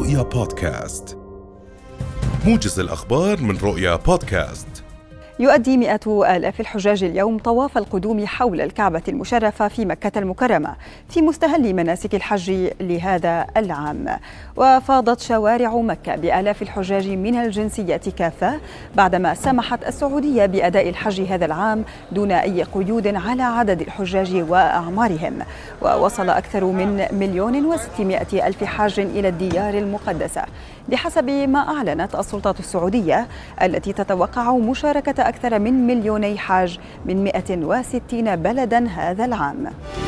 رؤيا بودكاست، موجز الأخبار من رؤيا بودكاست. يؤدي مئات آلاف الحجاج اليوم طواف القدوم حول الكعبة المشرفة في مكة المكرمة في مستهل مناسك الحج لهذا العام. وفاضت شوارع مكة بآلاف الحجاج من الجنسيات كافة بعدما سمحت السعودية بأداء الحج هذا العام دون أي قيود على عدد الحجاج وأعمارهم. ووصل أكثر من 1,600,000 حاج إلى الديار المقدسة بحسب ما أعلنت السلطات السعودية، التي تتوقع مشاركة أكثر من 2,000,000 حاج من 160 بلداً هذا العام.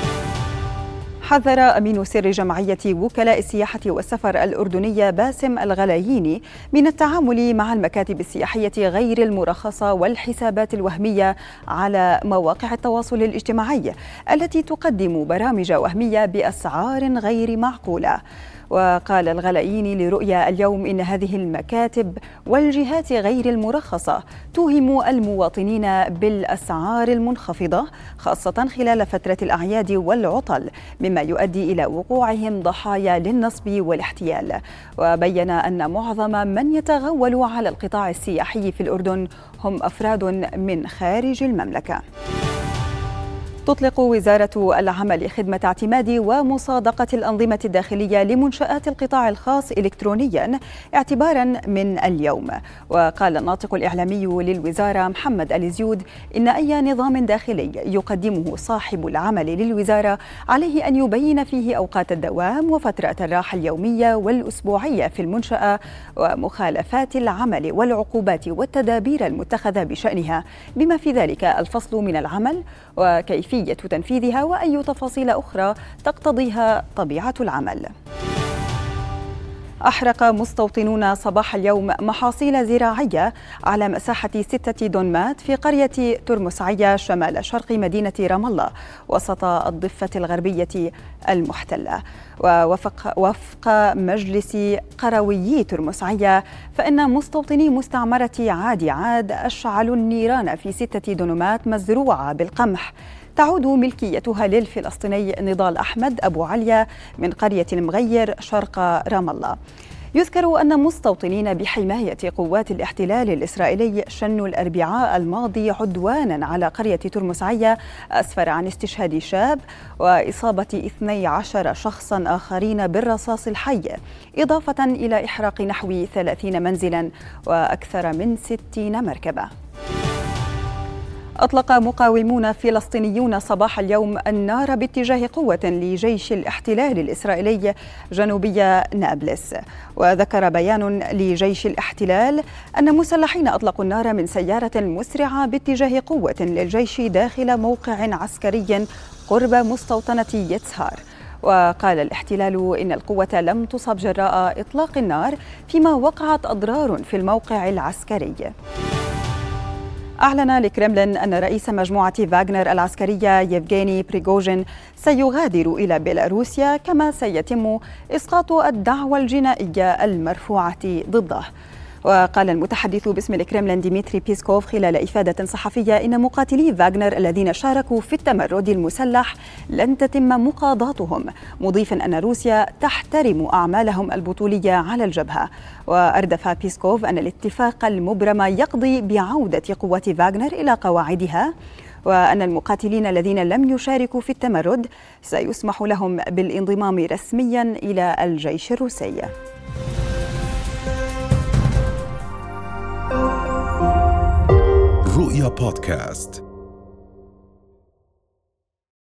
حذر أمين سر جمعية وكلاء السياحة والسفر الأردنية باسم الغلاييني من التعامل مع المكاتب السياحية غير المرخصة والحسابات الوهمية على مواقع التواصل الاجتماعي التي تقدم برامج وهمية بأسعار غير معقولة. وقال الغلاييني لرؤيا اليوم إن هذه المكاتب والجهات غير المرخصة توهم المواطنين بالأسعار المنخفضة خاصة خلال فترة الأعياد والعطل، مما يؤدي إلى وقوعهم ضحايا للنصب والاحتيال. وبين أن معظم من يتغول على القطاع السياحي في الأردن هم أفراد من خارج المملكة. تطلق وزارة العمل خدمة اعتماد ومصادقة الأنظمة الداخلية لمنشآت القطاع الخاص إلكترونياً اعتباراً من اليوم. وقال الناطق الإعلامي للوزارة محمد الزيود إن أي نظام داخلي يقدمه صاحب العمل للوزارة عليه أن يبين فيه أوقات الدوام وفترة الراحة اليومية والأسبوعية في المنشأة ومخالفات العمل والعقوبات والتدابير المتخذة بشأنها، بما في ذلك الفصل من العمل وكيفية تنفيذها وأي تفاصيل أخرى تقتضيها طبيعة العمل. أحرق مستوطنون صباح اليوم محاصيل زراعية على مساحة 6 دونمات في قرية ترمسعية شمال شرق مدينة رام الله وسط الضفة الغربية المحتلة. ووفق مجلس قرويي ترمسعية فإن مستوطني مستعمرة عادي عاد أشعلوا النيران في 6 دونمات مزروعة بالقمح تعود ملكيتها للفلسطيني نضال أحمد أبو عليا من قرية المغير شرق رام الله. يذكر أن مستوطنين بحماية قوات الاحتلال الإسرائيلي شنوا الأربعاء الماضي عدوانا على قرية ترمسعية أسفر عن استشهاد شاب وإصابة 12 شخصا آخرين بالرصاص الحي، إضافة إلى إحراق نحو 30 منزلا وأكثر من 60 مركبة. أطلق مقاومون فلسطينيون صباح اليوم النار باتجاه قوة لجيش الاحتلال الإسرائيلي جنوبي نابلس. وذكر بيان لجيش الاحتلال أن مسلحين أطلقوا النار من سيارة مسرعة باتجاه قوة للجيش داخل موقع عسكري قرب مستوطنة يتسهار. وقال الاحتلال إن القوة لم تصب جراء إطلاق النار، فيما وقعت أضرار في الموقع العسكري. أعلن الكرملين أن رئيس مجموعة فاغنر العسكرية يفغيني بريغوجين سيغادر إلى بيلاروسيا، كما سيتم إسقاط الدعوى الجنائية المرفوعة ضده. وقال المتحدث باسم الكرملين ديمتري بيسكوف خلال إفادة صحفية إن مقاتلي فاغنر الذين شاركوا في التمرد المسلح لن تتم مقاضاتهم، مضيفا أن روسيا تحترم أعمالهم البطولية على الجبهة. وأردف بيسكوف أن الاتفاق المبرم يقضي بعودة قوات فاغنر إلى قواعدها، وأن المقاتلين الذين لم يشاركوا في التمرد سيسمح لهم بالانضمام رسميا إلى الجيش الروسي. رؤيا بودكاست.